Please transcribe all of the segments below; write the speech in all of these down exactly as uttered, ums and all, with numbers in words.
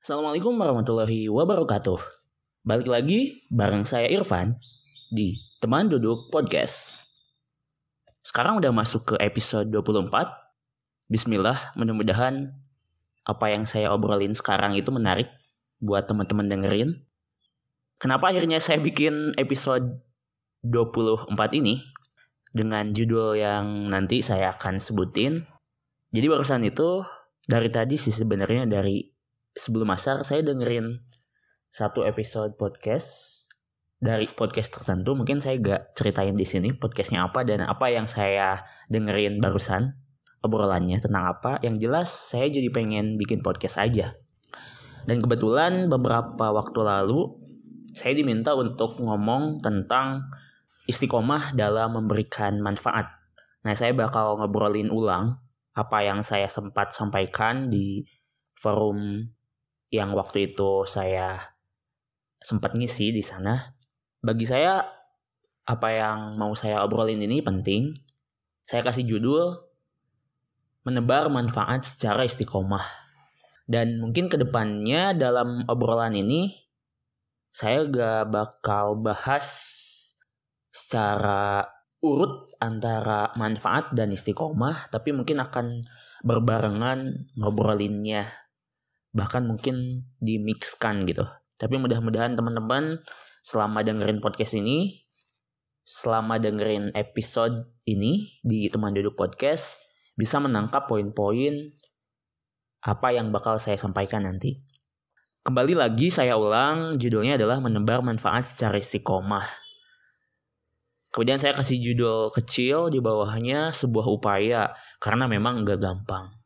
Assalamualaikum warahmatullahi wabarakatuh. Balik lagi bareng saya Irfan di Teman Duduk Podcast. Sekarang udah masuk ke episode dua puluh empat. Bismillah, mudah-mudahan apa yang saya obrolin sekarang itu menarik buat teman-teman dengerin. Kenapa akhirnya saya bikin episode dua puluh empat ini dengan judul yang nanti saya akan sebutin. Jadi barusan itu dari tadi sih sebenarnya dari sebelum asar saya dengerin satu episode podcast dari podcast tertentu. Mungkin saya gak ceritain di sini podcastnya apa dan apa yang saya dengerin barusan, obrolannya tentang apa. Yang jelas saya jadi pengen bikin podcast aja. Dan kebetulan beberapa waktu lalu saya diminta untuk ngomong tentang istiqomah dalam memberikan manfaat. Nah, saya bakal ngobrolin ulang apa yang saya sempat sampaikan di forum yang waktu itu saya sempat ngisi di sana. Bagi saya, apa yang mau saya obrolin ini penting. Saya kasih judul menebar manfaat secara istiqomah. Dan mungkin kedepannya dalam obrolan ini saya gak bakal bahas secara urut antara manfaat dan istiqomah, tapi mungkin akan berbarengan ngobrolinnya. Bahkan mungkin dimixkan gitu. Tapi mudah-mudahan teman-teman selama dengerin podcast ini, selama dengerin episode ini di Teman Duduk Podcast, bisa menangkap poin-poin apa yang bakal saya sampaikan nanti. Kembali lagi saya ulang, judulnya adalah menebar manfaat secara istiqomah. Kemudian saya kasih judul kecil di bawahnya sebuah upaya, karena memang gak gampang.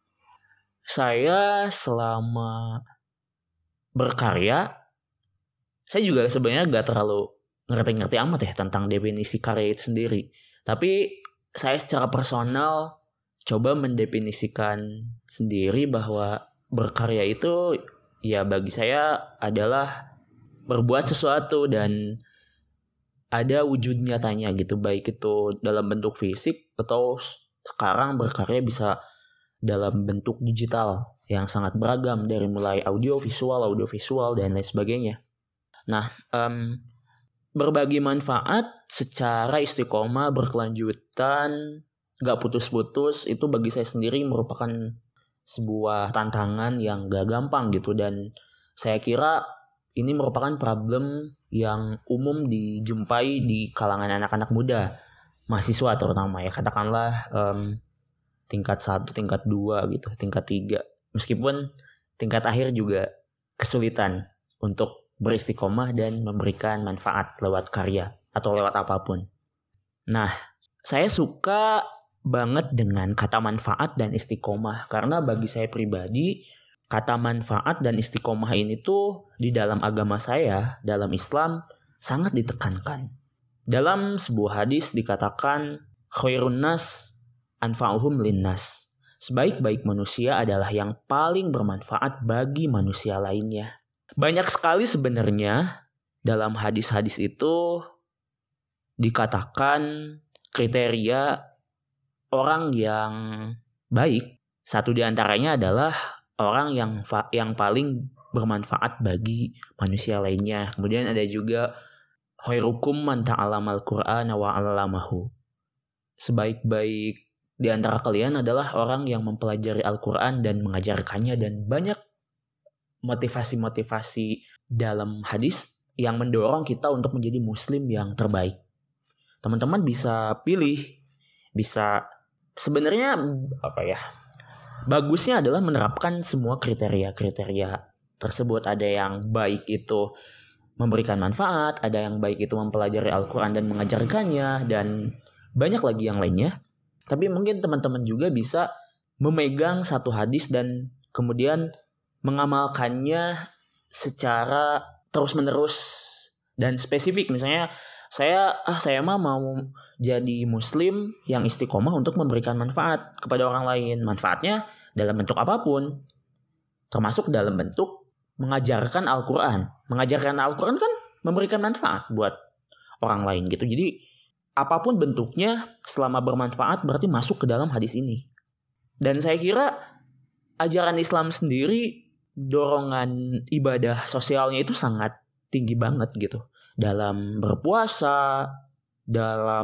Saya selama berkarya, saya juga sebenarnya gak terlalu ngerti-ngerti amat ya tentang definisi karya itu sendiri. Tapi saya secara personal coba mendefinisikan sendiri bahwa berkarya itu ya bagi saya adalah berbuat sesuatu dan ada wujud nyatanya gitu. Baik itu dalam bentuk fisik atau sekarang berkarya bisa dalam bentuk digital yang sangat beragam dari mulai audio visual, audio visual dan lain sebagainya. Nah, um, berbagi manfaat secara istiqomah berkelanjutan, gak putus-putus, itu bagi saya sendiri merupakan sebuah tantangan yang gak gampang gitu. Dan saya kira ini merupakan problem yang umum dijumpai di kalangan anak-anak muda, mahasiswa terutama ya, katakanlah um, tingkat satu, tingkat dua gitu, tingkat tiga. Meskipun tingkat akhir juga kesulitan untuk beristiqomah dan memberikan manfaat lewat karya atau lewat apapun. Nah, saya suka banget dengan kata manfaat dan istiqomah karena bagi saya pribadi, kata manfaat dan istiqomah ini tuh di dalam agama saya, dalam Islam, sangat ditekankan. Dalam sebuah hadis dikatakan, khairun nas anfa'uhum linnas. Sebaik-baik manusia adalah yang paling bermanfaat bagi manusia lainnya. Banyak sekali sebenarnya dalam hadis-hadis itu dikatakan kriteria orang yang baik. Satu di antaranya adalah orang yang fa- yang paling bermanfaat bagi manusia lainnya. Kemudian ada juga khairukum man ta'allamal Qur'ana wa 'allamahu. Sebaik-baik di antara kalian adalah orang yang mempelajari Al-Quran dan mengajarkannya, dan banyak motivasi-motivasi dalam hadis yang mendorong kita untuk menjadi muslim yang terbaik. Teman-teman bisa pilih, bisa sebenarnya apa ya, bagusnya adalah menerapkan semua kriteria-kriteria tersebut. Ada yang baik itu memberikan manfaat, ada yang baik itu mempelajari Al-Quran dan mengajarkannya, dan banyak lagi yang lainnya. Tapi mungkin teman-teman juga bisa memegang satu hadis dan kemudian mengamalkannya secara terus-menerus dan spesifik. Misalnya saya ah saya mah mau jadi muslim yang istiqomah untuk memberikan manfaat kepada orang lain. Manfaatnya dalam bentuk apapun. Termasuk dalam bentuk mengajarkan Al-Quran. Mengajarkan Al-Quran kan memberikan manfaat buat orang lain gitu. Jadi apapun bentuknya selama bermanfaat berarti masuk ke dalam hadis ini. Dan saya kira ajaran Islam sendiri dorongan ibadah sosialnya itu sangat tinggi banget gitu. Dalam berpuasa, dalam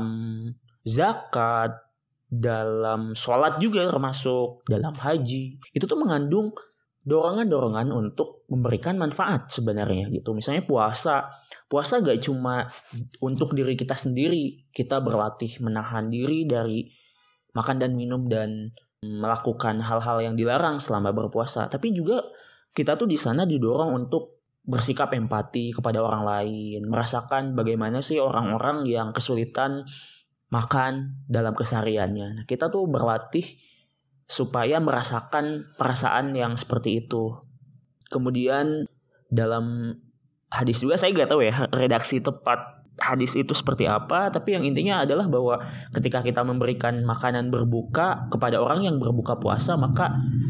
zakat, dalam sholat juga termasuk, dalam haji. Itu tuh mengandung dorongan-dorongan untuk memberikan manfaat sebenarnya gitu. Misalnya puasa. Puasa gak cuma untuk diri kita sendiri. Kita berlatih menahan diri dari makan dan minum dan melakukan hal-hal yang dilarang selama berpuasa. Tapi juga kita tuh di sana didorong untuk bersikap empati kepada orang lain. Merasakan bagaimana sih orang-orang yang kesulitan makan dalam kesehariannya. Nah, kita tuh berlatih supaya merasakan perasaan yang seperti itu. Kemudian dalam hadis juga saya nggak tahu ya redaksi tepat hadis itu seperti apa, tapi yang intinya adalah bahwa ketika kita memberikan makanan berbuka kepada orang yang berbuka puasa, maka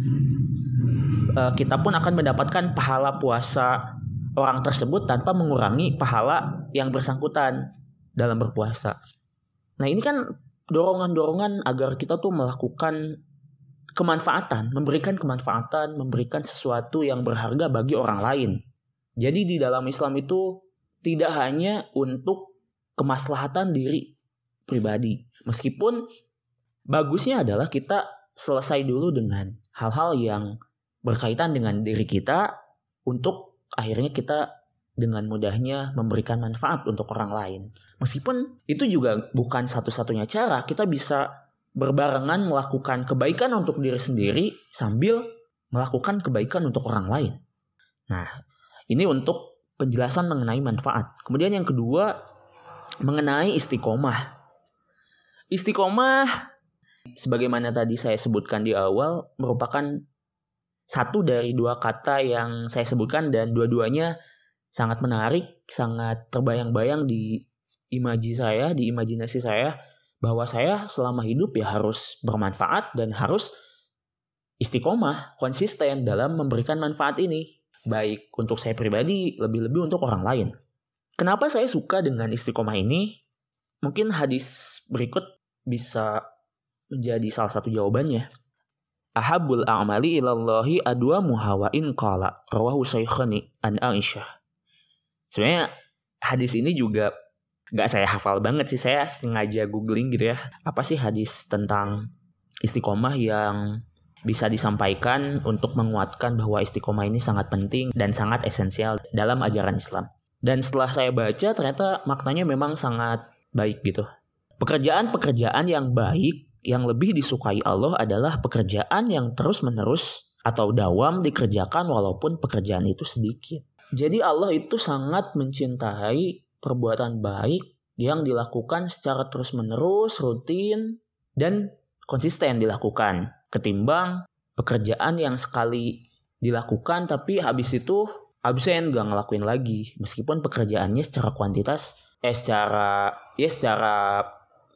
uh, kita pun akan mendapatkan pahala puasa orang tersebut tanpa mengurangi pahala yang bersangkutan dalam berpuasa. Nah, ini kan dorongan-dorongan agar kita tuh melakukan kemanfaatan, memberikan kemanfaatan, memberikan sesuatu yang berharga bagi orang lain. Jadi di dalam Islam itu tidak hanya untuk kemaslahatan diri pribadi. Meskipun bagusnya adalah kita selesai dulu dengan hal-hal yang berkaitan dengan diri kita untuk akhirnya kita dengan mudahnya memberikan manfaat untuk orang lain. Meskipun itu juga bukan satu-satunya cara, kita bisa berbarengan melakukan kebaikan untuk diri sendiri sambil melakukan kebaikan untuk orang lain. Nah, ini untuk penjelasan mengenai manfaat. Kemudian yang kedua, mengenai istiqomah. Istiqomah, sebagaimana tadi saya sebutkan di awal, merupakan satu dari dua kata yang saya sebutkan dan dua-duanya sangat menarik, sangat terbayang-bayang di imaji saya, di imajinasi saya, bahwa saya selama hidup ya harus bermanfaat dan harus istiqomah, konsisten dalam memberikan manfaat ini. Baik untuk saya pribadi, lebih-lebih untuk orang lain. Kenapa saya suka dengan istiqomah ini? Mungkin hadis berikut bisa menjadi salah satu jawabannya. Ahabul a'mali ilallahi adwamuha wa in qala rawahu Syaikkhani an Aisyah. Sebenarnya hadis ini juga gak saya hafal banget sih, saya sengaja googling gitu ya. Apa sih hadis tentang istiqomah yang bisa disampaikan untuk menguatkan bahwa istiqomah ini sangat penting dan sangat esensial dalam ajaran Islam. Dan setelah saya baca ternyata maknanya memang sangat baik gitu. Pekerjaan-pekerjaan yang baik yang lebih disukai Allah adalah pekerjaan yang terus-menerus atau dawam dikerjakan walaupun pekerjaan itu sedikit. Jadi Allah itu sangat mencintai perbuatan baik yang dilakukan secara terus-menerus, rutin, dan konsisten dilakukan. Ketimbang pekerjaan yang sekali dilakukan tapi habis itu absen gak ngelakuin lagi. Meskipun pekerjaannya secara kuantitas, eh secara, ya secara,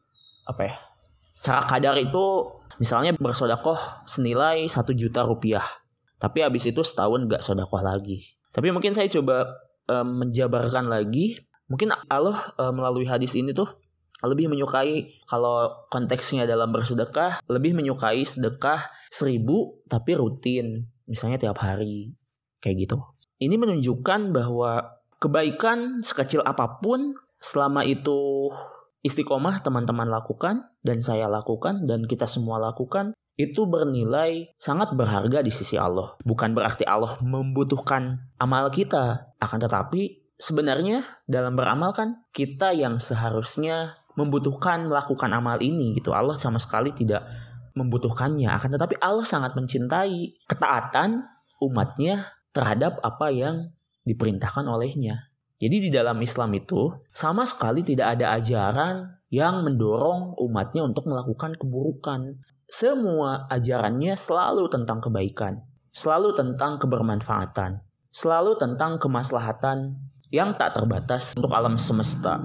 apa ya, secara kadar itu misalnya bersodakoh senilai satu juta rupiah. Tapi habis itu setahun gak sodakoh lagi. Tapi mungkin saya coba um, menjabarkan lagi. Mungkin Allah um, melalui hadis ini tuh lebih menyukai kalau konteksnya dalam bersedekah, lebih menyukai sedekah seribu tapi rutin, misalnya tiap hari, kayak gitu. Ini menunjukkan bahwa kebaikan sekecil apapun selama itu istiqomah teman-teman lakukan dan saya lakukan dan kita semua lakukan, itu bernilai sangat berharga di sisi Allah. Bukan berarti Allah membutuhkan amal kita, akan tetapi sebenarnya dalam beramal kan kita yang seharusnya membutuhkan melakukan amal ini gitu. Allah sama sekali tidak membutuhkannya, akan tetapi Allah sangat mencintai ketaatan umatnya terhadap apa yang diperintahkan olehnya. Jadi di dalam Islam itu sama sekali tidak ada ajaran yang mendorong umatnya untuk melakukan keburukan. Semua ajarannya selalu tentang kebaikan, selalu tentang kebermanfaatan, selalu tentang kemaslahatan yang tak terbatas untuk alam semesta.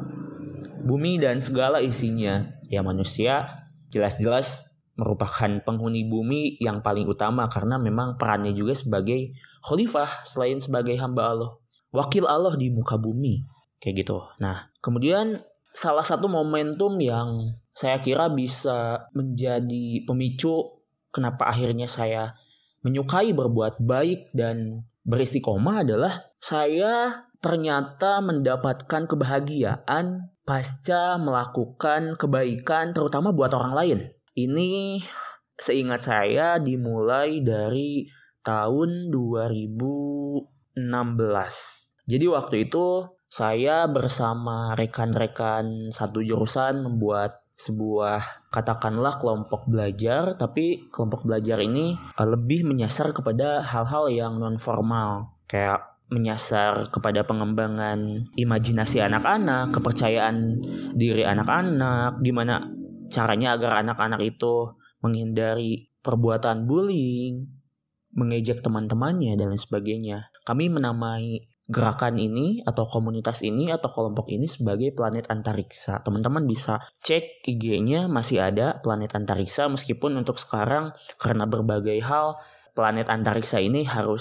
Bumi dan segala isinya, ya manusia jelas-jelas merupakan penghuni bumi yang paling utama karena memang perannya juga sebagai khalifah selain sebagai hamba Allah. Wakil Allah di muka bumi, kayak gitu. Nah, kemudian salah satu momentum yang saya kira bisa menjadi pemicu kenapa akhirnya saya menyukai berbuat baik dan beristiqomah adalah saya ternyata mendapatkan kebahagiaan pasca melakukan kebaikan terutama buat orang lain. Ini seingat saya dimulai dari tahun dua ribu enam belas. Jadi waktu itu saya bersama rekan-rekan satu jurusan membuat sebuah katakanlah kelompok belajar, tapi kelompok belajar ini lebih menyasar kepada hal-hal yang non formal, kayak menyasar kepada pengembangan imajinasi anak-anak, kepercayaan diri anak-anak, gimana caranya agar anak-anak itu menghindari perbuatan bullying, mengejek teman-temannya dan lain sebagainya. Kami menamai gerakan ini atau komunitas ini atau kelompok ini sebagai Planet Antariksa. Teman-teman bisa cek I G-nya, masih ada Planet Antariksa, meskipun untuk sekarang karena berbagai hal Planet Antariksa ini harus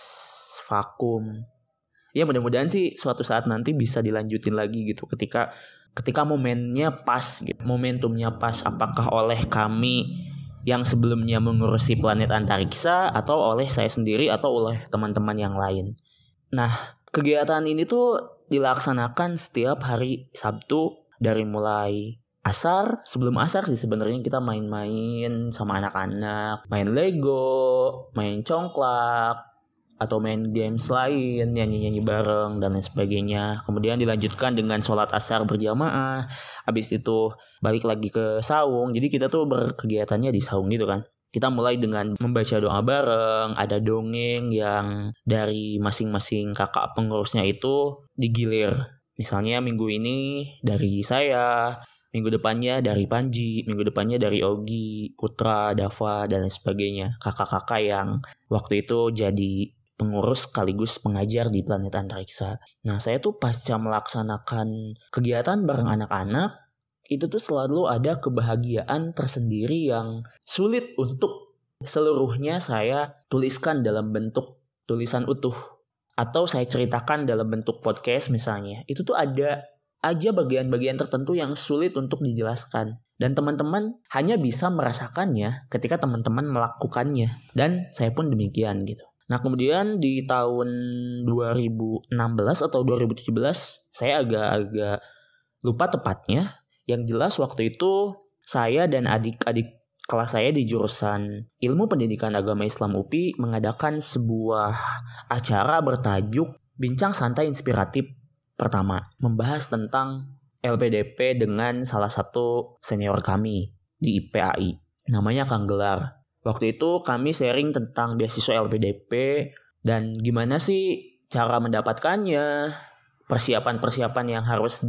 vakum. Ya mudah-mudahan sih suatu saat nanti bisa dilanjutin lagi gitu ketika ketika momennya pas gitu. Momentumnya pas, apakah oleh kami yang sebelumnya mengurusi Planet Antariksa atau oleh saya sendiri atau oleh teman-teman yang lain. Nah, kegiatan ini tuh dilaksanakan setiap hari Sabtu dari mulai asar, sebelum asar sih sebenarnya kita main-main sama anak-anak, main Lego, main congklak, atau main games lain, nyanyi-nyanyi bareng dan lain sebagainya. Kemudian dilanjutkan dengan sholat asar berjamaah, habis itu balik lagi ke saung. Jadi kita tuh berkegiatannya di saung gitu kan. Kita mulai dengan membaca doa bareng, ada dongeng yang dari masing-masing kakak pengurusnya itu digilir. Misalnya minggu ini dari saya, minggu depannya dari Panji, minggu depannya dari Ogi, Putra, Dava, dan lain sebagainya. Kakak-kakak yang waktu itu jadi pengurus sekaligus pengajar di Planet Antariksa. Nah, saya tuh pasca melaksanakan kegiatan bareng anak-anak, itu tuh selalu ada kebahagiaan tersendiri yang sulit untuk seluruhnya saya tuliskan dalam bentuk tulisan utuh atau saya ceritakan dalam bentuk podcast misalnya. Itu tuh ada aja bagian-bagian tertentu yang sulit untuk dijelaskan, dan teman-teman hanya bisa merasakannya ketika teman-teman melakukannya, dan saya pun demikian gitu. Nah, kemudian di tahun dua ribu enam belas atau dua ribu tujuh belas, saya agak-agak lupa tepatnya. Yang jelas waktu itu saya dan adik-adik kelas saya di jurusan Ilmu Pendidikan Agama Islam U P I mengadakan sebuah acara bertajuk Bincang Santai Inspiratif pertama, membahas tentang L P D P dengan salah satu senior kami di I P A I, namanya Kang Gelar. Waktu itu kami sharing tentang beasiswa L P D P dan gimana sih cara mendapatkannya, persiapan-persiapan yang harus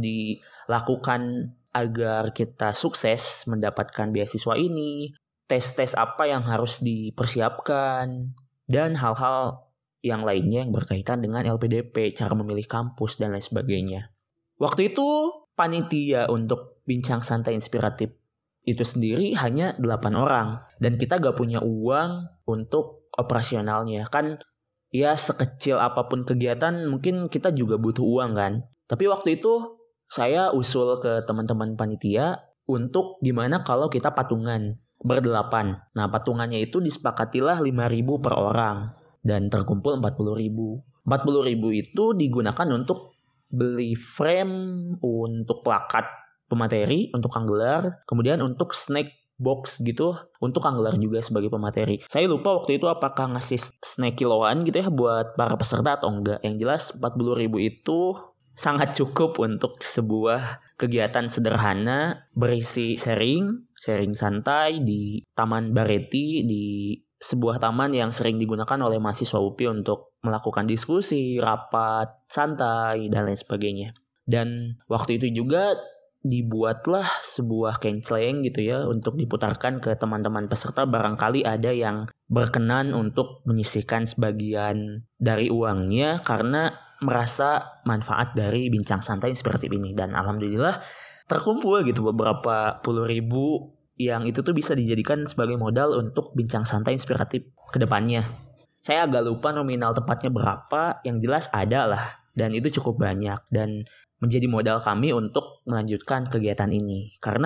dilakukan agar kita sukses mendapatkan beasiswa ini, tes-tes apa yang harus dipersiapkan, dan hal-hal yang lainnya yang berkaitan dengan L P D P, cara memilih kampus, dan lain sebagainya. Waktu itu panitia untuk Bincang Santai Inspiratif itu sendiri hanya delapan orang, dan kita gak punya uang untuk operasionalnya. Kan ya sekecil apapun kegiatan mungkin kita juga butuh uang kan. Tapi waktu itu saya usul ke teman-teman panitia untuk gimana kalau kita patungan berdelapan. Nah, patungannya itu disepakatilah lima ribu per orang dan terkumpul empat puluh ribu. empat puluh ribu itu digunakan untuk beli frame, untuk plakat pemateri untuk Kang Gelar, kemudian untuk snack box gitu untuk Kang Gelar juga sebagai pemateri. Saya lupa waktu itu apakah ngasih snack kiloan gitu ya buat para peserta atau enggak. Yang jelas empat puluh ribu itu sangat cukup untuk sebuah kegiatan sederhana berisi sharing, sharing santai di Taman Bareti, di sebuah taman yang sering digunakan oleh mahasiswa U P I untuk melakukan diskusi, rapat, santai, dan lain sebagainya. Dan waktu itu juga dibuatlah sebuah kenceleng gitu ya untuk diputarkan ke teman-teman peserta, barangkali ada yang berkenan untuk menyisihkan sebagian dari uangnya karena merasa manfaat dari Bincang Santai Inspiratif ini. Dan alhamdulillah terkumpul gitu beberapa puluh ribu yang itu tuh bisa dijadikan sebagai modal untuk Bincang Santai Inspiratif ke depannya. Saya agak lupa nominal tepatnya berapa, yang jelas ada lah, dan itu cukup banyak dan menjadi modal kami untuk melanjutkan kegiatan ini. Karena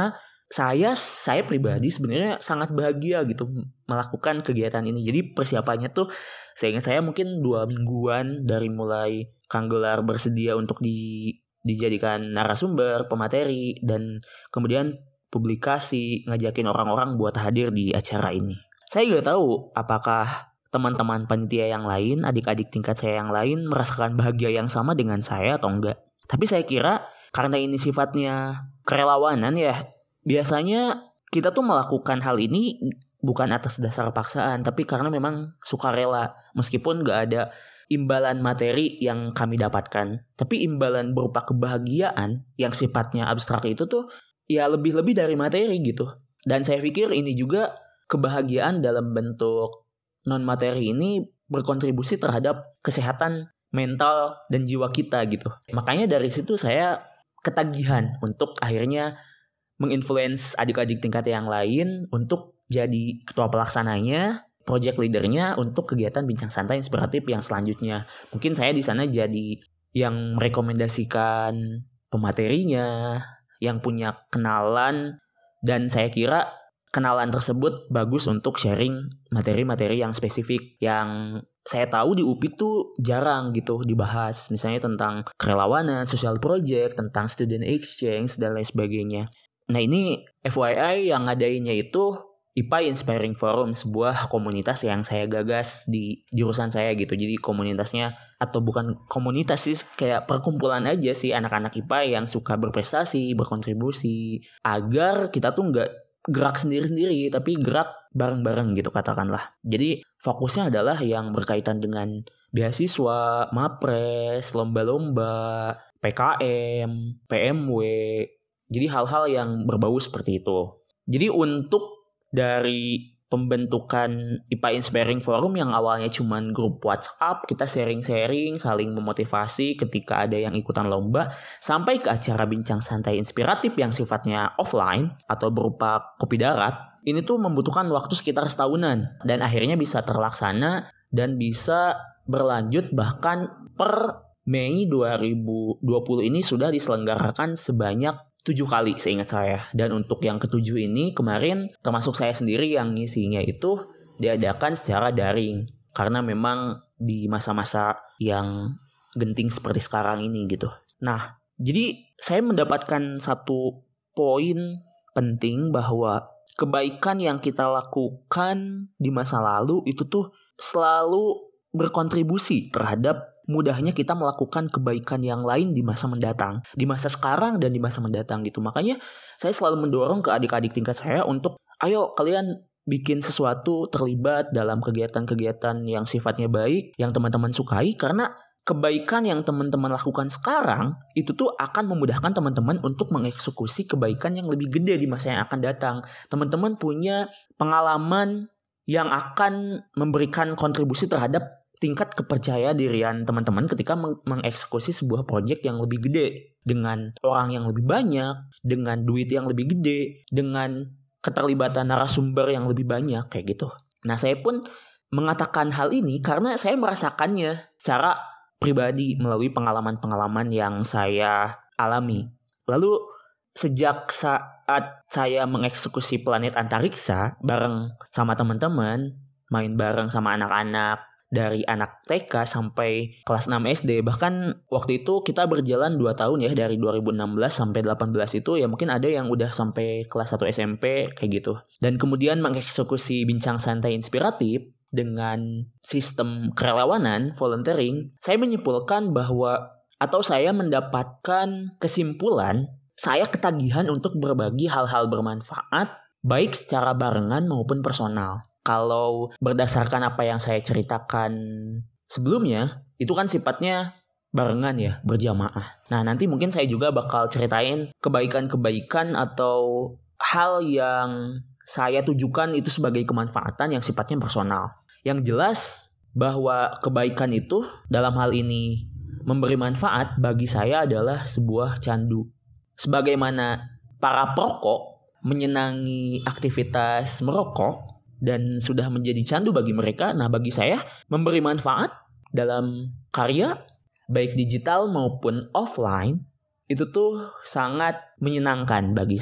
saya saya pribadi sebenarnya sangat bahagia gitu melakukan kegiatan ini. Jadi persiapannya tuh seingat saya mungkin dua mingguan dari mulai Kang Gelar bersedia untuk di dijadikan narasumber, pemateri, dan kemudian publikasi, ngajakin orang-orang buat hadir di acara ini. Saya nggak tahu apakah teman-teman panitia yang lain, adik-adik tingkat saya yang lain merasakan bahagia yang sama dengan saya atau enggak. Tapi saya kira karena ini sifatnya kerelawanan ya, biasanya kita tuh melakukan hal ini bukan atas dasar paksaan, tapi karena memang sukarela. Meskipun nggak ada imbalan materi yang kami dapatkan, tapi imbalan berupa kebahagiaan yang sifatnya abstrak itu tuh ya lebih-lebih dari materi gitu. Dan saya pikir ini juga kebahagiaan dalam bentuk non-materi ini berkontribusi terhadap kesehatan mental dan jiwa kita gitu. Makanya dari situ saya ketagihan untuk akhirnya menginfluence adik-adik tingkat yang lain untuk jadi ketua pelaksananya, project leadernya untuk kegiatan bincang santai inspiratif yang selanjutnya. Mungkin saya di sana jadi yang merekomendasikan pematerinya, yang punya kenalan, dan saya kira kenalan tersebut bagus untuk sharing materi-materi yang spesifik yang saya tahu di U P I tuh jarang gitu dibahas, misalnya tentang kerelawanan, social project, tentang student exchange dan lain sebagainya. Nah ini F Y I yang ngadainnya itu I P A Inspiring Forum, sebuah komunitas yang saya gagas di jurusan saya gitu. Jadi komunitasnya, atau bukan komunitas sih, kayak perkumpulan aja sih anak-anak I P A yang suka berprestasi, berkontribusi, agar kita tuh nggak gerak sendiri-sendiri tapi gerak bareng-bareng gitu katakanlah. Jadi fokusnya adalah yang berkaitan dengan beasiswa, mapres, lomba-lomba, P K M, P M W. Jadi hal-hal yang berbau seperti itu. Jadi untuk dari pembentukan I P A Inspiring Forum yang awalnya cuma grup WhatsApp, kita sharing-sharing, saling memotivasi ketika ada yang ikutan lomba, sampai ke acara bincang santai inspiratif yang sifatnya offline atau berupa kopi darat, ini tuh membutuhkan waktu sekitar setahunan dan akhirnya bisa terlaksana dan bisa berlanjut bahkan per Mei dua ribu dua puluh ini sudah diselenggarakan sebanyak tujuh kali seingat saya. Dan untuk yang ketujuh ini kemarin termasuk saya sendiri yang ngisinya itu diadakan secara daring. Karena memang di masa-masa yang genting seperti sekarang ini gitu. Nah, jadi saya mendapatkan satu poin penting bahwa kebaikan yang kita lakukan di masa lalu itu tuh selalu berkontribusi terhadap mudahnya kita melakukan kebaikan yang lain di masa mendatang, di masa sekarang dan di masa mendatang gitu. Makanya saya selalu mendorong ke adik-adik tingkat saya untuk ayo kalian bikin sesuatu, terlibat dalam kegiatan-kegiatan yang sifatnya baik, yang teman-teman sukai, karena kebaikan yang teman-teman lakukan sekarang itu tuh akan memudahkan teman-teman untuk mengeksekusi kebaikan yang lebih gede di masa yang akan datang. Teman-teman punya pengalaman yang akan memberikan kontribusi terhadap tingkat kepercayaan dirian teman-teman ketika meng- mengeksekusi sebuah proyek yang lebih gede, dengan orang yang lebih banyak, dengan duit yang lebih gede, dengan keterlibatan narasumber yang lebih banyak kayak gitu. Nah, saya pun mengatakan hal ini karena saya merasakannya secara pribadi melalui pengalaman-pengalaman yang saya alami. Lalu sejak saat saya mengeksekusi Planet Antariksa bareng sama teman-teman, main bareng sama anak-anak dari anak T K sampai kelas enam S D, bahkan waktu itu kita berjalan dua tahun ya, dari dua ribu enam belas sampai delapan belas itu ya, mungkin ada yang udah sampai kelas satu S M P kayak gitu. Dan kemudian mengeksekusi bincang santai inspiratif dengan sistem kerelawanan, volunteering, saya menyimpulkan bahwa, atau saya mendapatkan kesimpulan, saya ketagihan untuk berbagi hal-hal bermanfaat baik secara barengan maupun personal. Kalau berdasarkan apa yang saya ceritakan sebelumnya, itu kan sifatnya barengan ya, berjamaah. Nah, nanti mungkin saya juga bakal ceritain kebaikan-kebaikan atau hal yang saya tujukan itu sebagai kemanfaatan yang sifatnya personal. Yang jelas bahwa kebaikan itu dalam hal ini memberi manfaat bagi saya adalah sebuah candu. Sebagaimana para perokok menyenangi aktivitas merokok dan sudah menjadi candu bagi mereka, nah bagi saya memberi manfaat dalam karya baik digital maupun offline itu tuh sangat menyenangkan bagi saya.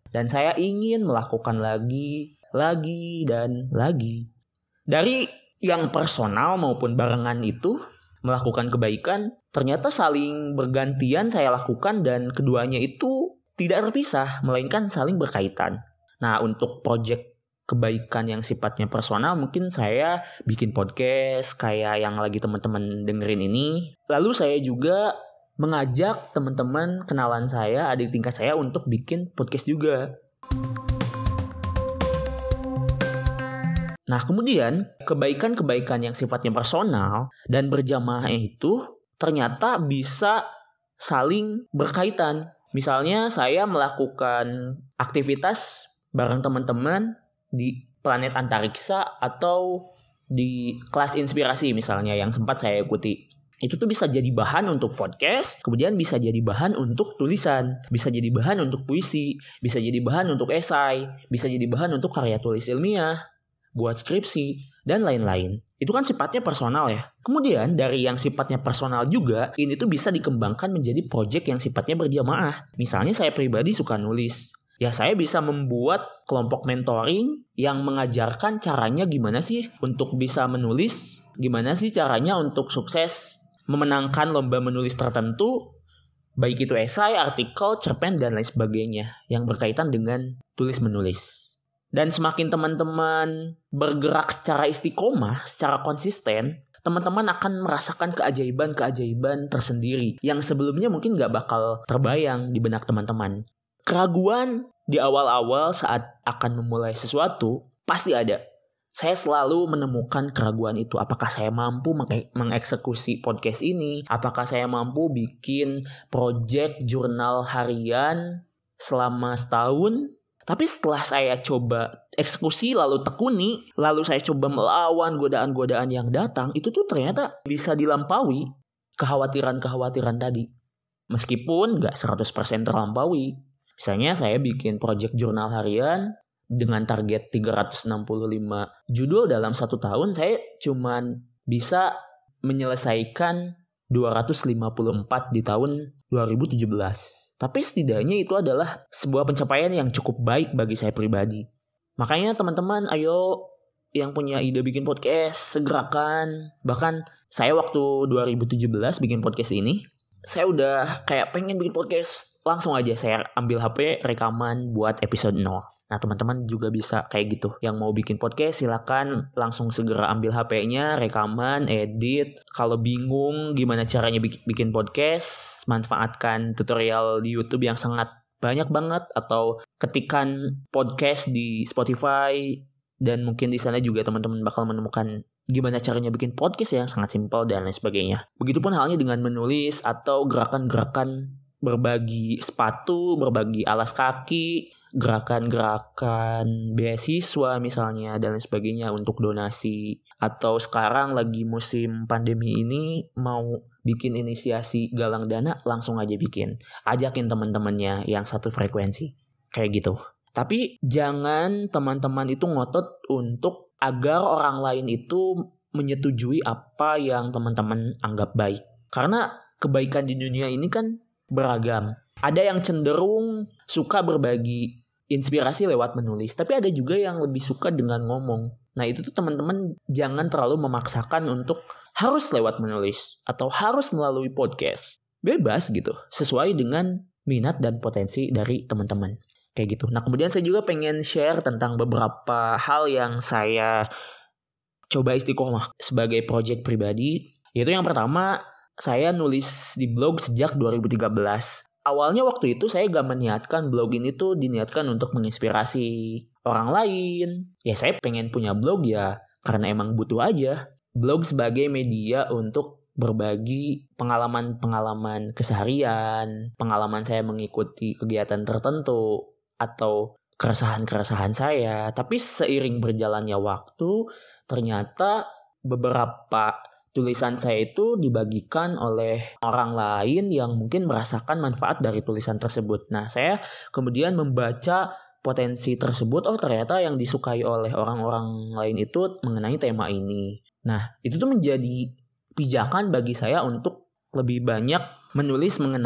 Dan saya ingin melakukan lagi, lagi, dan lagi. Dari yang personal maupun barengan itu, melakukan kebaikan, ternyata saling bergantian saya lakukan dan keduanya itu tidak terpisah, melainkan saling berkaitan. Nah, untuk project kebaikan yang sifatnya personal, mungkin saya bikin podcast kayak yang lagi teman-teman dengerin ini. Lalu saya juga mengajak teman-teman kenalan saya, adik tingkat saya untuk bikin podcast juga. Nah, kemudian kebaikan-kebaikan yang sifatnya personal dan berjamaah itu ternyata bisa saling berkaitan. Misalnya saya melakukan aktivitas bareng teman-teman di planet antariksa atau di kelas inspirasi misalnya yang sempat saya ikuti. Itu tuh bisa jadi bahan untuk podcast, kemudian bisa jadi bahan untuk tulisan, bisa jadi bahan untuk puisi, bisa jadi bahan untuk esai, bisa jadi bahan untuk karya tulis ilmiah, buat skripsi, dan lain-lain. Itu kan sifatnya personal ya. Kemudian dari yang sifatnya personal juga, ini tuh bisa dikembangkan menjadi project yang sifatnya berjamaah. Misalnya saya pribadi suka nulis. Ya saya bisa membuat kelompok mentoring yang mengajarkan caranya gimana sih untuk bisa menulis, gimana sih caranya untuk sukses memenangkan lomba menulis tertentu, baik itu esai, artikel, cerpen, dan lain sebagainya yang berkaitan dengan tulis-menulis. Dan semakin teman-teman bergerak secara istiqomah, secara konsisten, teman-teman akan merasakan keajaiban-keajaiban tersendiri yang sebelumnya mungkin gak bakal terbayang di benak teman-teman. Keraguan di awal-awal saat akan memulai sesuatu pasti ada. Saya selalu menemukan keraguan itu. Apakah saya mampu menge- mengeksekusi podcast ini? Apakah saya mampu bikin project jurnal harian selama setahun? Tapi setelah saya coba eksekusi lalu tekuni, lalu saya coba melawan godaan-godaan yang datang, itu tuh ternyata bisa dilampaui kekhawatiran-kekhawatiran tadi. Meskipun gak seratus persen terlampaui. Misalnya saya bikin project jurnal harian dengan target tiga ratus enam puluh lima judul dalam satu tahun, saya cuman bisa menyelesaikan dua ratus lima puluh empat di tahun dua ribu tujuh belas. Tapi setidaknya itu adalah sebuah pencapaian yang cukup baik bagi saya pribadi. Makanya teman-teman, ayo yang punya ide bikin podcast, segerakan. Bahkan saya waktu dua ribu tujuh belas bikin podcast ini, saya udah kayak pengen bikin podcast, langsung aja saya ambil H P, rekaman buat episode nol. Nah teman-teman juga bisa kayak gitu. Yang mau bikin podcast silakan langsung segera ambil H P-nya, rekaman, edit. Kalau bingung gimana caranya bikin podcast, manfaatkan tutorial di YouTube yang sangat banyak banget. Atau ketikan podcast di Spotify. Dan mungkin di sana juga teman-teman bakal menemukan gimana caranya bikin podcast yang sangat simpel dan lain sebagainya. Begitupun halnya dengan menulis atau gerakan-gerakan berbagi sepatu, berbagi alas kaki, gerakan-gerakan beasiswa misalnya dan lain sebagainya untuk donasi. Atau sekarang lagi musim pandemi ini mau bikin inisiasi galang dana, langsung aja bikin. Ajakin teman-temannya yang satu frekuensi. Kayak gitu. Tapi jangan teman-teman itu ngotot untuk agar orang lain itu menyetujui apa yang teman-teman anggap baik. Karena kebaikan di dunia ini kan beragam. Ada yang cenderung suka berbagi inspirasi lewat menulis, tapi ada juga yang lebih suka dengan ngomong. Nah itu tuh teman-teman jangan terlalu memaksakan untuk harus lewat menulis atau harus melalui podcast. Bebas gitu, sesuai dengan minat dan potensi dari teman-teman. Kayak gitu. Nah kemudian saya juga pengen share tentang beberapa hal yang saya coba istiqomah sebagai project pribadi. Yaitu yang pertama, saya nulis di blog sejak dua ribu tiga belas. Awalnya waktu itu saya gak meniatkan blog ini tuh diniatkan untuk menginspirasi orang lain. Ya saya pengen punya blog ya karena emang butuh aja. Blog sebagai media untuk berbagi pengalaman-pengalaman keseharian, pengalaman saya mengikuti kegiatan tertentu, atau keresahan-keresahan saya. Tapi seiring berjalannya waktu, ternyata beberapa tulisan saya itu dibagikan oleh orang lain yang mungkin merasakan manfaat dari tulisan tersebut. Nah, saya kemudian membaca potensi tersebut. Oh, ternyata yang disukai oleh orang-orang lain itu mengenai tema ini. Nah, itu tuh menjadi pijakan bagi saya untuk lebih banyak menulis mengenai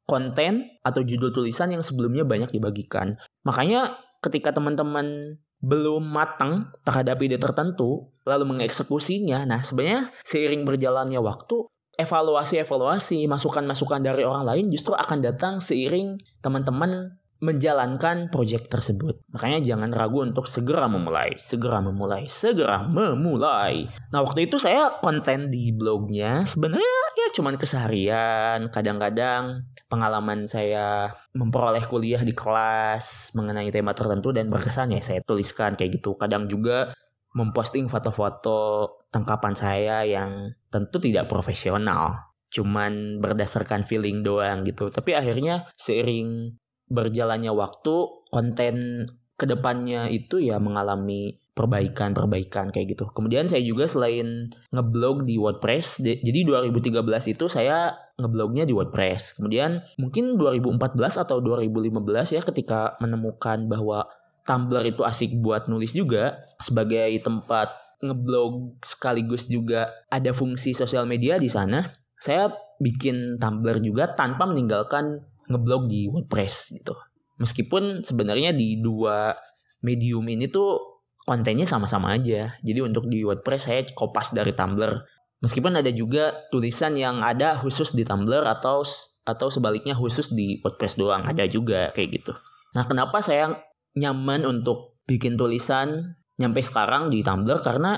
konten atau judul tulisan yang sebelumnya banyak dibagikan. Makanya ketika teman-teman belum matang terhadap ide tertentu, lalu mengeksekusinya, nah sebenarnya seiring berjalannya waktu, evaluasi-evaluasi, masukan-masukan dari orang lain justru akan datang seiring teman-teman menjalankan proyek tersebut. Makanya jangan ragu untuk segera memulai, segera memulai, segera memulai. Nah waktu itu saya konten di blognya sebenarnya ya cuman keseharian, kadang-kadang pengalaman saya memperoleh kuliah di kelas mengenai tema tertentu dan berkesan ya saya tuliskan kayak gitu. Kadang juga memposting foto-foto tangkapan saya yang tentu tidak profesional, cuman berdasarkan feeling doang gitu. Tapi akhirnya seiring berjalannya waktu, konten kedepannya itu ya mengalami perbaikan-perbaikan kayak gitu. Kemudian saya juga selain ngeblog di WordPress, de- jadi dua ribu tiga belas itu saya ngeblognya di WordPress. Kemudian mungkin dua ribu empat belas atau dua ribu lima belas ya ketika menemukan bahwa Tumblr itu asik buat nulis juga sebagai tempat ngeblog sekaligus juga ada fungsi sosial media di sana. Saya bikin Tumblr juga tanpa meninggalkan ngeblog di WordPress gitu. Meskipun sebenarnya di dua medium ini tuh kontennya sama-sama aja. Jadi untuk di WordPress saya kopas dari Tumblr. Meskipun ada juga tulisan yang ada khusus di Tumblr atau atau sebaliknya khusus di WordPress doang, ada juga kayak gitu. Nah, kenapa saya nyaman untuk bikin tulisan nyampe sekarang di Tumblr? Karena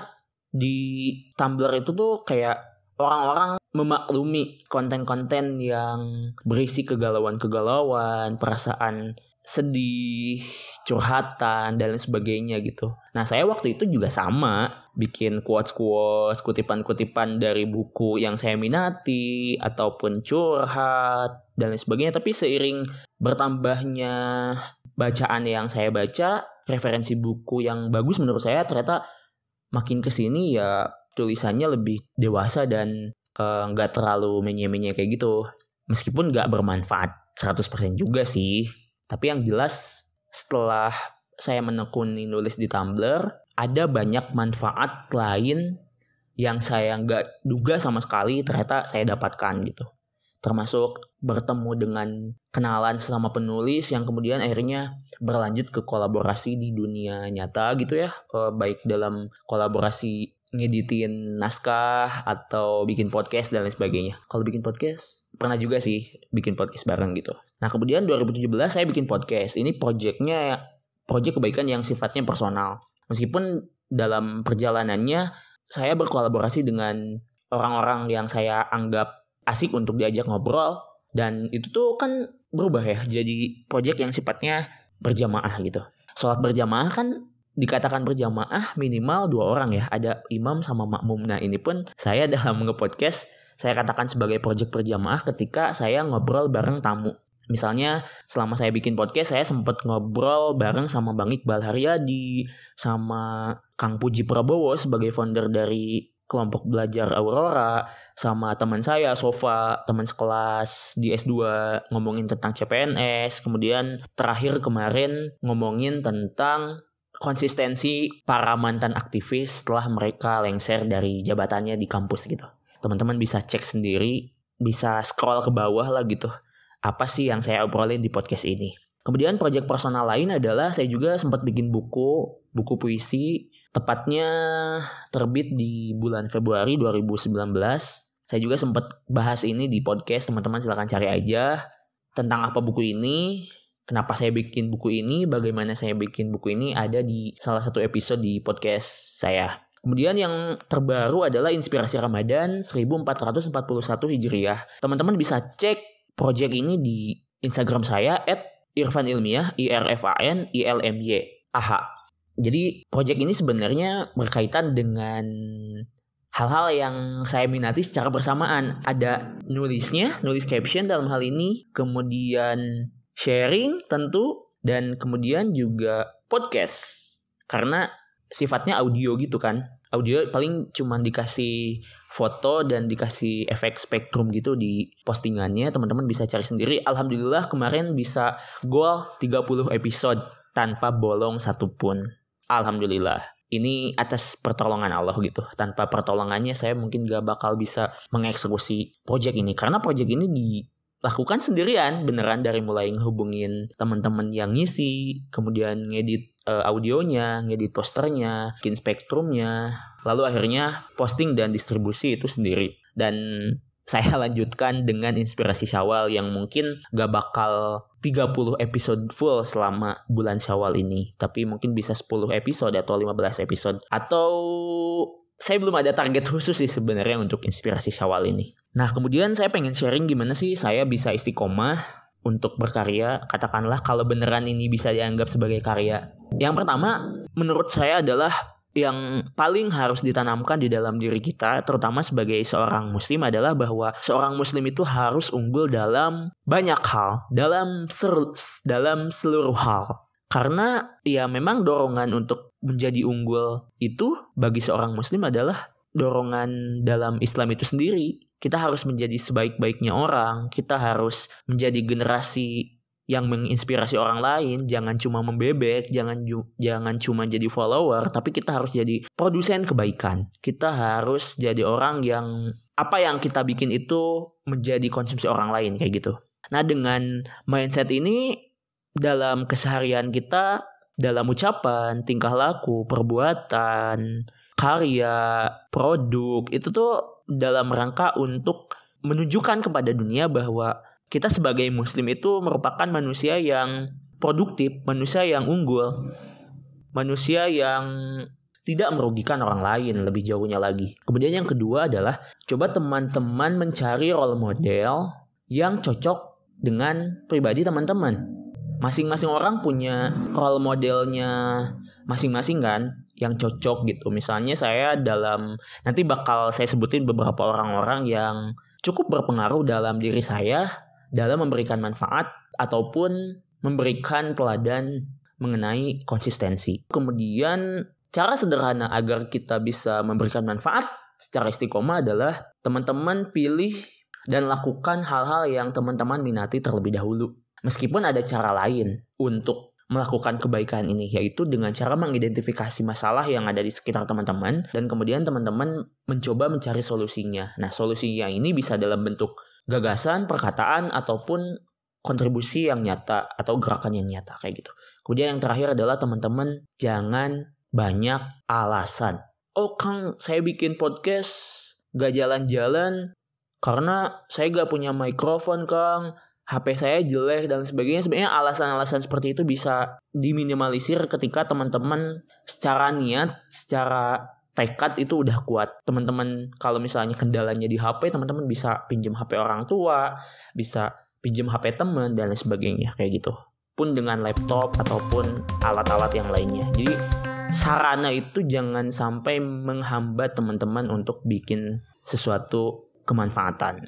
di Tumblr itu tuh kayak orang-orang memaklumi konten-konten yang berisi kegalauan-kegalauan, perasaan sedih, curhatan, dan lain sebagainya gitu. Nah, saya waktu itu juga sama, bikin quotes-quotes, kutipan-kutipan dari buku yang saya minati, ataupun curhat, dan lain sebagainya. Tapi seiring bertambahnya bacaan yang saya baca, referensi buku yang bagus menurut saya ternyata makin kesini ya tulisannya lebih dewasa dan nggak uh, terlalu menye-menye kayak gitu. Meskipun nggak bermanfaat seratus persen juga sih. Tapi yang jelas setelah saya menekuni nulis di Tumblr, ada banyak manfaat lain yang saya nggak duga sama sekali ternyata saya dapatkan gitu. Termasuk bertemu dengan kenalan sesama penulis yang kemudian akhirnya berlanjut ke kolaborasi di dunia nyata gitu ya. Uh, baik dalam kolaborasi ngeditin naskah atau bikin podcast dan lain sebagainya. Kalau bikin podcast pernah juga sih bikin podcast bareng gitu. Nah kemudian dua ribu tujuh belas saya bikin podcast. Ini projectnya project kebaikan yang sifatnya personal. Meskipun dalam perjalanannya saya berkolaborasi dengan orang-orang yang saya anggap asik untuk diajak ngobrol. Dan itu tuh kan berubah ya jadi project yang sifatnya berjamaah gitu. Sholat berjamaah kan dikatakan berjamaah minimal dua orang ya, ada imam sama makmum. Nah ini pun saya dalam nge-podcast saya katakan sebagai project berjamaah ketika saya ngobrol bareng tamu. Misalnya selama saya bikin podcast saya sempat ngobrol bareng sama Bang Iqbal Haryadi, sama Kang Puji Prabowo sebagai founder dari kelompok belajar Aurora, sama teman saya Sofa, teman sekelas di S dua ngomongin tentang C P N S. Kemudian terakhir kemarin ngomongin tentang konsistensi para mantan aktivis setelah mereka lengser dari jabatannya di kampus gitu. Teman-teman bisa cek sendiri, bisa scroll ke bawah lah gitu. Apa sih yang saya obrolin di podcast ini. Kemudian proyek personal lain adalah saya juga sempat bikin buku, buku puisi. Tepatnya terbit di bulan Februari dua ribu sembilan belas. Saya juga sempat bahas ini di podcast, teman-teman silakan cari aja. Tentang apa buku ini, kenapa saya bikin buku ini, bagaimana saya bikin buku ini ada di salah satu episode di podcast saya. Kemudian yang terbaru adalah Inspirasi Ramadan seribu empat ratus empat puluh satu Hijriah. Teman-teman bisa cek project ini di Instagram saya et irfan ilmiah, I R F A N I L M Y A H. Jadi project ini sebenarnya berkaitan dengan hal-hal yang saya minati secara bersamaan. Ada nulisnya, nulis caption dalam hal ini, kemudian sharing tentu, dan kemudian juga podcast. Karena sifatnya audio gitu kan. Audio paling cuma dikasih foto dan dikasih efek spektrum gitu di postingannya. Teman-teman bisa cari sendiri. Alhamdulillah kemarin bisa goal tiga puluh episode tanpa bolong satupun. Alhamdulillah. Ini atas pertolongan Allah gitu. Tanpa pertolongannya saya mungkin gak bakal bisa mengeksekusi project ini. Karena project ini di lakukan sendirian beneran, dari mulai ngehubungin teman-teman yang ngisi, kemudian ngedit uh, audionya, ngedit posternya, bikin spektrumnya, lalu akhirnya posting dan distribusi itu sendiri. Dan saya lanjutkan dengan Inspirasi Syawal yang mungkin gak bakal tiga puluh episode full selama bulan Syawal ini, tapi mungkin bisa sepuluh episode atau lima belas episode. Atau saya belum ada target khusus sih sebenarnya untuk Inspirasi Syawal ini. Nah, kemudian saya pengen sharing gimana sih saya bisa istiqomah untuk berkarya. Katakanlah kalau beneran ini bisa dianggap sebagai karya. Yang pertama menurut saya adalah yang paling harus ditanamkan di dalam diri kita, terutama sebagai seorang muslim, adalah bahwa seorang muslim itu harus unggul dalam banyak hal, dalam ser- dalam seluruh hal. Karena ya memang dorongan untuk menjadi unggul itu bagi seorang muslim adalah dorongan dalam Islam itu sendiri. Kita harus menjadi sebaik-baiknya orang, kita harus menjadi generasi yang menginspirasi orang lain, jangan cuma membebek, jangan ju- jangan cuma jadi follower, tapi kita harus jadi produsen kebaikan. Kita harus jadi orang yang apa yang kita bikin itu menjadi konsumsi orang lain, kayak gitu. Nah, dengan mindset ini dalam keseharian kita, dalam ucapan, tingkah laku, perbuatan, karya, produk, itu tuh dalam rangka untuk menunjukkan kepada dunia bahwa kita sebagai muslim itu merupakan manusia yang produktif, manusia yang unggul, manusia yang tidak merugikan orang lain lebih jauhnya lagi. Kemudian yang kedua adalah coba teman-teman mencari role model yang cocok dengan pribadi teman-teman. Masing-masing orang punya role modelnya masing-masing kan yang cocok gitu. Misalnya saya dalam, nanti bakal saya sebutin beberapa orang-orang yang cukup berpengaruh dalam diri saya dalam memberikan manfaat ataupun memberikan teladan mengenai konsistensi. Kemudian cara sederhana agar kita bisa memberikan manfaat secara istiqomah adalah teman-teman pilih dan lakukan hal-hal yang teman-teman minati terlebih dahulu. Meskipun ada cara lain untuk melakukan kebaikan ini, yaitu dengan cara mengidentifikasi masalah yang ada di sekitar teman-teman dan kemudian teman-teman mencoba mencari solusinya. Nah, solusinya ini bisa dalam bentuk gagasan, perkataan, ataupun kontribusi yang nyata atau gerakan yang nyata kayak gitu. Kemudian yang terakhir adalah teman-teman jangan banyak alasan. Oh Kang, saya bikin podcast gak jalan-jalan karena saya gak punya mikrofon Kang, H P saya jelek dan sebagainya. Sebenarnya alasan-alasan seperti itu bisa diminimalisir ketika teman-teman secara niat, secara tekad itu udah kuat. Teman-teman kalau misalnya kendalanya di H P, teman-teman bisa pinjam H P orang tua, bisa pinjam H P teman dan lain sebagainya kayak gitu. Pun dengan laptop ataupun alat-alat yang lainnya. Jadi sarana itu jangan sampai menghambat teman-teman untuk bikin sesuatu kemanfaatan.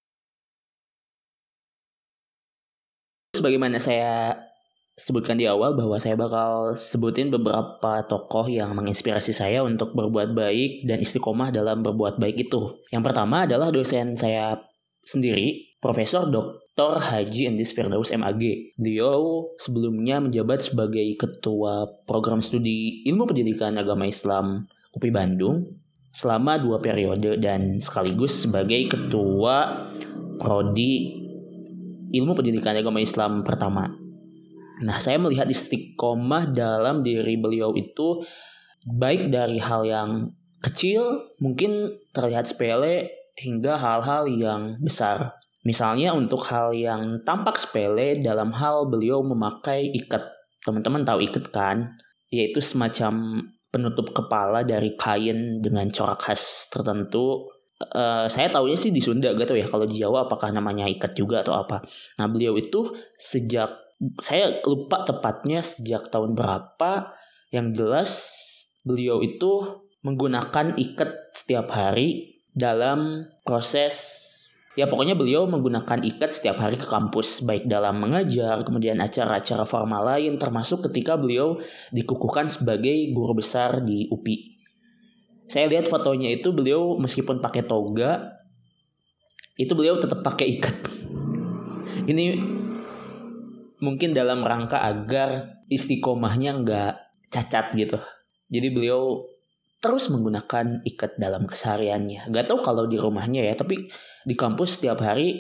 Sebagaimana saya sebutkan di awal bahwa saya bakal sebutin beberapa tokoh yang menginspirasi saya untuk berbuat baik dan istiqomah dalam berbuat baik itu. Yang pertama adalah dosen saya sendiri, Profesor Doktor Haji Endis Firdaus M A G. Beliau sebelumnya menjabat sebagai Ketua Program Studi Ilmu Pendidikan Agama Islam U P I Bandung selama dua periode dan sekaligus sebagai Ketua Prodi Ilmu Pendidikan Agama Islam pertama. Nah, saya melihat istiqomah dalam diri beliau itu baik dari hal yang kecil, mungkin terlihat sepele, hingga hal-hal yang besar. Misalnya untuk hal yang tampak sepele dalam hal beliau memakai ikat. Teman-teman tahu ikat kan? Yaitu semacam penutup kepala dari kain dengan corak khas tertentu. Uh, saya tahunya sih di Sunda, gak tahu ya kalau di Jawa apakah namanya ikat juga atau apa. Nah, beliau itu sejak, saya lupa tepatnya sejak tahun berapa, yang jelas beliau itu menggunakan ikat setiap hari dalam proses, ya pokoknya beliau menggunakan ikat setiap hari ke kampus, baik dalam mengajar, kemudian acara-acara formal lain, termasuk ketika beliau dikukuhkan sebagai guru besar di U P I. Saya lihat fotonya itu beliau meskipun pakai toga, itu beliau tetap pakai ikat. Ini mungkin dalam rangka agar istiqomahnya nggak cacat gitu. Jadi beliau terus menggunakan ikat dalam kesehariannya. Gak tahu kalau di rumahnya ya, tapi di kampus setiap hari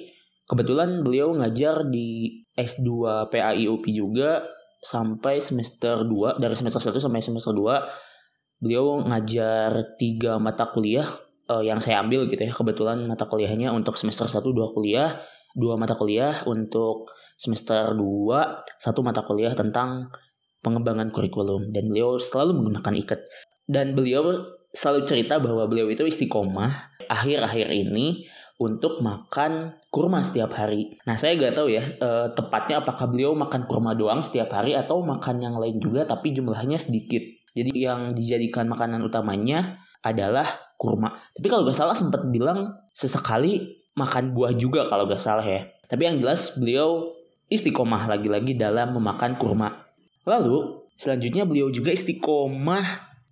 Kebetulan beliau ngajar di S dua P A I U P juga sampai semester dua, dari semester satu sampai semester dua beliau ngajar tiga mata kuliah uh, yang saya ambil gitu ya. Kebetulan mata kuliahnya untuk semester satu dua kuliah, dua mata kuliah untuk semester dua, satu mata kuliah tentang pengembangan kurikulum, dan beliau selalu menggunakan ikat. Dan beliau selalu cerita bahwa beliau itu istiqomah akhir-akhir ini untuk makan kurma setiap hari. Nah, saya gak tahu ya e, tepatnya apakah beliau makan kurma doang setiap hari atau makan yang lain juga tapi jumlahnya sedikit. Jadi yang dijadikan makanan utamanya adalah kurma. Tapi kalau gak salah sempat bilang sesekali makan buah juga kalau gak salah ya. Tapi yang jelas beliau istiqomah lagi-lagi dalam memakan kurma. Lalu selanjutnya beliau juga istiqomah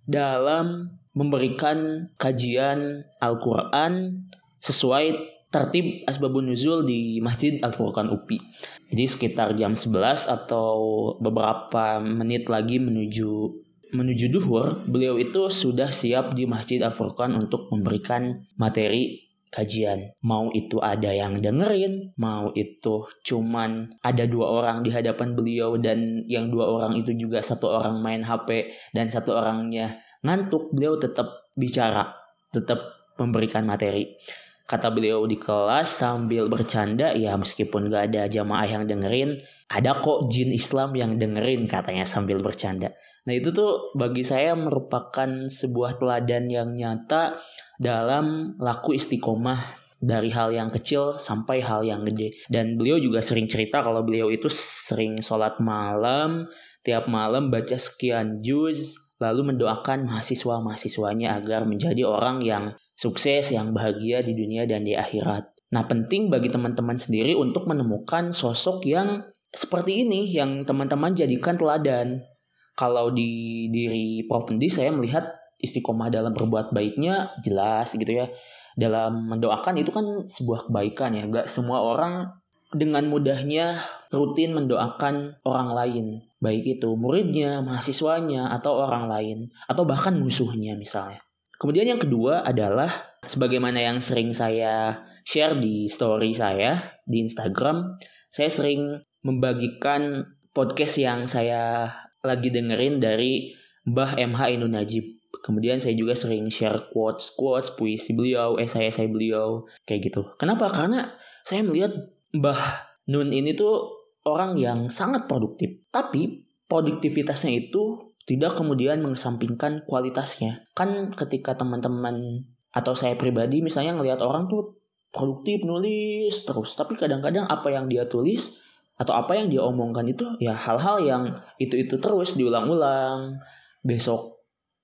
dalam memberikan kajian Al-Quran sesuai tertib asbabun nuzul di Masjid Al-Furqan U P I. Jadi sekitar jam sebelas atau beberapa menit lagi menuju menuju duhur, beliau itu sudah siap di Masjid Al-Furqan untuk memberikan materi kajian. Mau itu ada yang dengerin, mau itu cuman ada dua orang di hadapan beliau dan yang dua orang itu juga satu orang main H P dan satu orangnya ngantuk, beliau tetap bicara, tetap memberikan materi. Kata beliau di kelas sambil bercanda, ya meskipun gak ada jamaah yang dengerin, ada kok jin Islam yang dengerin, katanya sambil bercanda. Nah itu tuh bagi saya merupakan sebuah teladan yang nyata dalam laku istiqomah dari hal yang kecil sampai hal yang gede. Dan beliau juga sering cerita kalau beliau itu sering sholat malam, tiap malam baca sekian juz, lalu mendoakan mahasiswa-mahasiswanya agar menjadi orang yang sukses, yang bahagia di dunia dan di akhirat. Nah, penting bagi teman-teman sendiri untuk menemukan sosok yang seperti ini, yang teman-teman jadikan teladan. Kalau di diri Prof Endi, saya melihat istiqomah dalam berbuat baiknya jelas gitu ya. Dalam mendoakan itu kan sebuah kebaikan ya. Gak semua orang dengan mudahnya rutin mendoakan orang lain, baik itu muridnya, mahasiswanya, atau orang lain, atau bahkan musuhnya misalnya. Kemudian yang kedua adalah sebagaimana yang sering saya share di story saya di Instagram, saya sering membagikan podcast yang saya lagi dengerin dari Mbah M H Ainun Najib. Kemudian saya juga sering share quotes-quotes, puisi beliau, esai-esai beliau, kayak gitu. Kenapa? Karena saya melihat Mbah Nun ini tuh orang yang sangat produktif. Tapi produktivitasnya itu tidak kemudian mengesampingkan kualitasnya. Kan ketika teman-teman atau saya pribadi misalnya ngelihat orang tuh produktif nulis terus, tapi kadang-kadang apa yang dia tulis atau apa yang dia omongkan itu ya hal-hal yang itu-itu terus diulang-ulang. Besok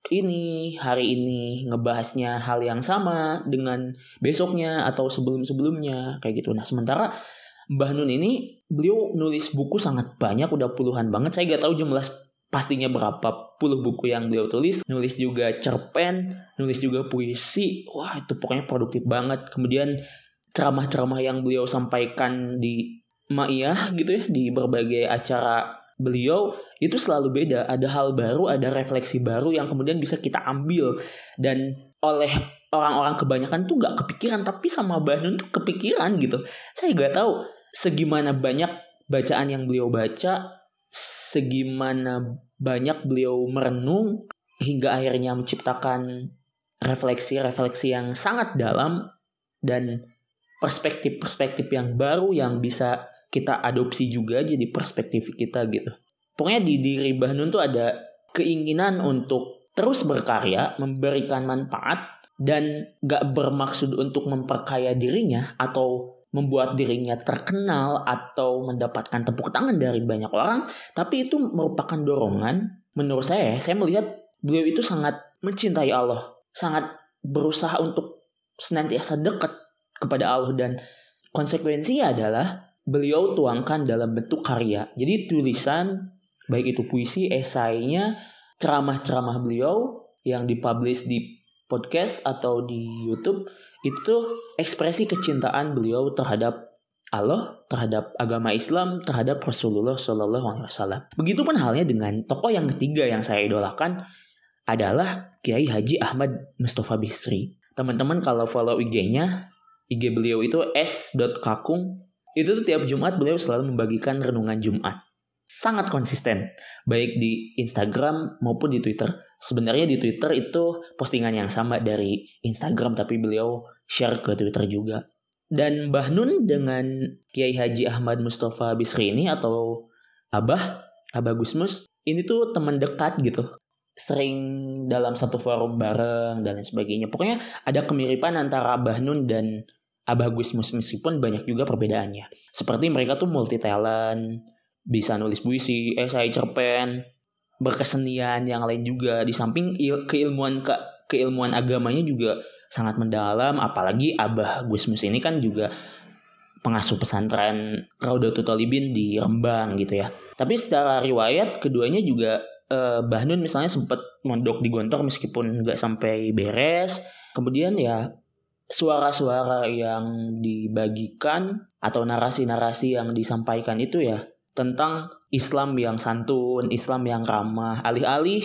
ini, hari ini ngebahasnya hal yang sama dengan besoknya atau sebelum-sebelumnya kayak gitu. Nah, sementara Mbah Nun ini beliau nulis buku sangat banyak, udah puluhan banget. Saya gak tahu jumlah pastinya berapa puluh buku yang beliau tulis. Nulis juga cerpen, nulis juga puisi. Wah, itu pokoknya produktif banget. Kemudian ceramah-ceramah yang beliau sampaikan di Ma'iyah gitu ya, di berbagai acara beliau itu selalu beda. Ada hal baru, ada refleksi baru yang kemudian bisa kita ambil. Dan oleh orang-orang kebanyakan tuh gak kepikiran, tapi sama Mbah Nun tuh kepikiran gitu. Saya gak tahu segimana banyak bacaan yang beliau baca, segimana banyak beliau merenung hingga akhirnya menciptakan refleksi-refleksi yang sangat dalam dan perspektif-perspektif yang baru yang bisa kita adopsi juga jadi perspektif kita gitu. Pokoknya di diri Mbah Nun tuh ada keinginan untuk terus berkarya, memberikan manfaat, dan gak bermaksud untuk memperkaya dirinya atau membuat dirinya terkenal atau mendapatkan tepuk tangan dari banyak orang, tapi itu merupakan dorongan. Menurut saya, saya melihat beliau itu sangat mencintai Allah, sangat berusaha untuk senantiasa dekat kepada Allah, dan konsekuensinya adalah beliau tuangkan dalam bentuk karya. Jadi tulisan, baik itu puisi, esainya, ceramah-ceramah beliau yang dipublish di podcast atau di YouTube, itu ekspresi kecintaan beliau terhadap Allah, terhadap agama Islam, terhadap Rasulullah Shallallahu Alaihi Wasallam. Begitupun halnya dengan tokoh yang ketiga yang saya idolakan adalah Kiai Haji Ahmad Mustofa Bisri. Teman-teman kalau follow I G-nya, I G beliau itu s dot kakung Itu tuh tiap Jumat beliau selalu membagikan renungan Jumat. Sangat konsisten, baik di Instagram maupun di Twitter. Sebenarnya di Twitter itu postingan yang sama dari Instagram, tapi beliau share ke Twitter juga. Dan Mbah Nun dengan Kiai Haji Ahmad Mustafa Bisri ini atau Abah, Abah Gusmus, ini tuh teman dekat gitu. Sering dalam satu forum bareng dan lain sebagainya. Pokoknya ada kemiripan antara Mbah Nun dan Abah Gusmus meskipun banyak juga perbedaannya. Seperti mereka tuh multi talent, bisa nulis puisi, esai, cerpen, berkesenian yang lain juga. Di samping il- keilmuan ke keilmuan agamanya juga sangat mendalam. Apalagi Abah Gusmus ini kan juga pengasuh pesantren Raudatul Thalibin di Rembang gitu ya. Tapi secara riwayat keduanya juga Uh, Mbah Nun misalnya sempat mondok di Gontor meskipun nggak sampai beres. Kemudian ya suara-suara yang dibagikan atau narasi-narasi yang disampaikan itu ya tentang Islam yang santun, Islam yang ramah, alih-alih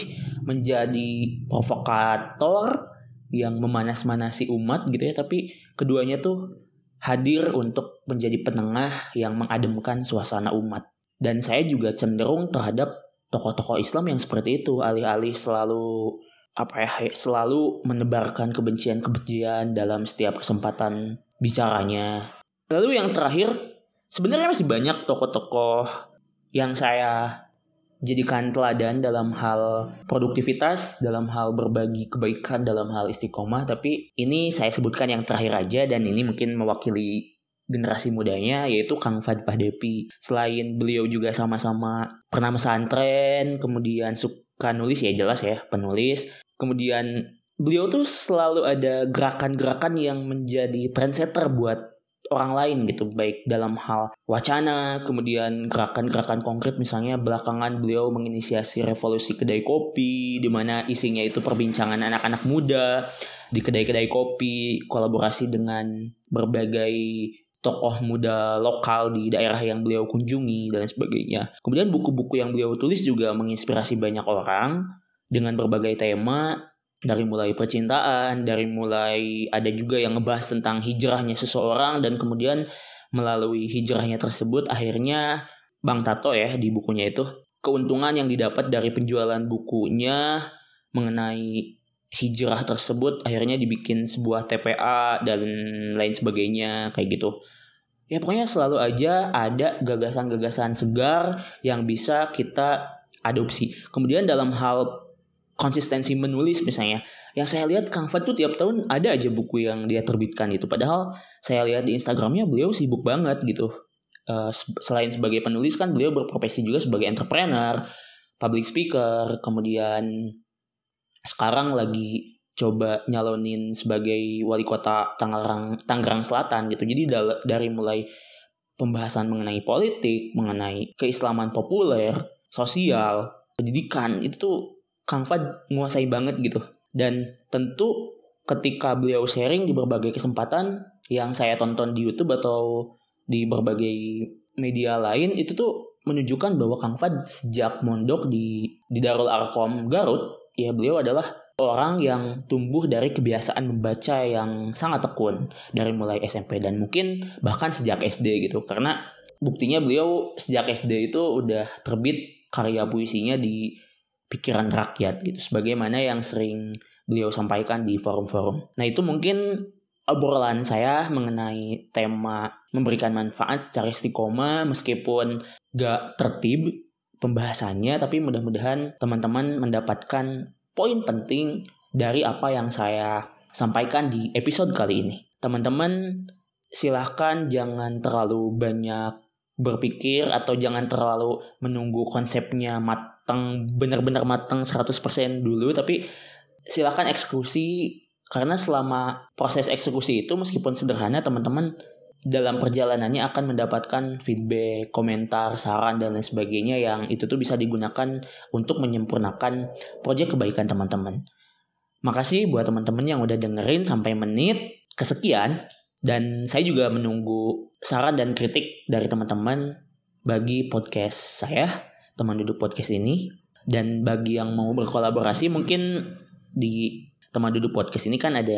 menjadi provokator yang memanas-manasi umat gitu ya. Tapi keduanya tuh hadir untuk menjadi penengah yang mengademkan suasana umat. Dan saya juga cenderung terhadap tokoh-tokoh Islam yang seperti itu, alih-alih selalu apa ya, selalu menebarkan kebencian-kebencian dalam setiap kesempatan bicaranya. Lalu yang terakhir, sebenarnya masih banyak tokoh-tokoh yang saya jadikan teladan dalam hal produktivitas, dalam hal berbagi kebaikan, dalam hal istiqomah. Tapi ini saya sebutkan yang terakhir aja, dan ini mungkin mewakili generasi mudanya, yaitu Kang Fad Pahdepi. Selain beliau juga sama-sama pernah pesantren, kemudian suka nulis, ya jelas ya penulis. Kemudian beliau tuh selalu ada gerakan-gerakan yang menjadi trendsetter buat orang lain gitu, baik dalam hal wacana, kemudian gerakan-gerakan konkret. Misalnya belakangan beliau menginisiasi revolusi kedai kopi, di mana isinya itu perbincangan anak-anak muda di kedai-kedai kopi, kolaborasi dengan berbagai tokoh muda lokal di daerah yang beliau kunjungi dan sebagainya. Kemudian buku-buku yang beliau tulis juga menginspirasi banyak orang dengan berbagai tema, dari mulai percintaan, dari mulai ada juga yang ngebahas tentang hijrahnya seseorang, dan kemudian melalui hijrahnya tersebut akhirnya Bang Tato ya di bukunya itu, keuntungan yang didapat dari penjualan bukunya mengenai hijrah tersebut akhirnya dibikin sebuah T P A dan lain sebagainya kayak gitu. Ya pokoknya selalu aja ada gagasan-gagasan segar yang bisa kita adopsi. Kemudian dalam hal konsistensi menulis misalnya, yang saya lihat Kang Fad tuh tiap tahun ada aja buku yang dia terbitkan itu. Padahal saya lihat di Instagramnya beliau sibuk banget gitu. Uh, selain sebagai penulis kan beliau berprofesi juga sebagai entrepreneur, public speaker, kemudian sekarang lagi coba nyalonin sebagai wali kota Tangerang, Tangerang Selatan gitu. Jadi dal- dari mulai pembahasan mengenai politik, mengenai keislaman populer, sosial, pendidikan, itu tuh Kang Fad menguasai banget gitu. Dan tentu ketika beliau sharing di berbagai kesempatan yang saya tonton di YouTube atau di berbagai media lain, itu tuh menunjukkan bahwa Kang Fad sejak mondok di di Darul Arqam Garut, ya beliau adalah orang yang tumbuh dari kebiasaan membaca yang sangat tekun dari mulai S M P dan mungkin bahkan sejak S D gitu. Karena buktinya beliau sejak S D itu udah terbit karya puisinya di pikiran rakyat gitu, sebagaimana yang sering beliau sampaikan di forum-forum. Nah itu mungkin obrolan saya mengenai tema memberikan manfaat secara istiqomah, meskipun gak tertib pembahasannya, tapi mudah-mudahan teman-teman mendapatkan poin penting dari apa yang saya sampaikan di episode kali ini. Teman-teman silahkan jangan terlalu banyak berpikir atau jangan terlalu menunggu konsepnya matang, benar-benar matang seratus persen dulu, tapi silahkan eksekusi, karena selama proses eksekusi itu meskipun sederhana, teman-teman dalam perjalanannya akan mendapatkan feedback, komentar, saran, dan lain sebagainya yang itu tuh bisa digunakan untuk menyempurnakan proyek kebaikan teman-teman. Makasih buat teman-teman yang udah dengerin sampai menit kesekian, dan saya juga menunggu saran dan kritik dari teman-teman bagi podcast saya, Teman Duduk Podcast ini. Dan bagi yang mau berkolaborasi, mungkin di Teman Duduk Podcast ini kan ada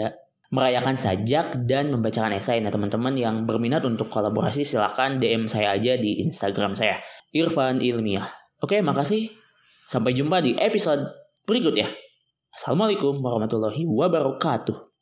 merayakan sajak dan membacakan esai. Nah teman-teman yang berminat untuk kolaborasi silakan D M saya aja di Instagram saya, Irfan Ilmiah. Oke, makasih. Sampai jumpa di episode berikutnya. Assalamualaikum warahmatullahi wabarakatuh.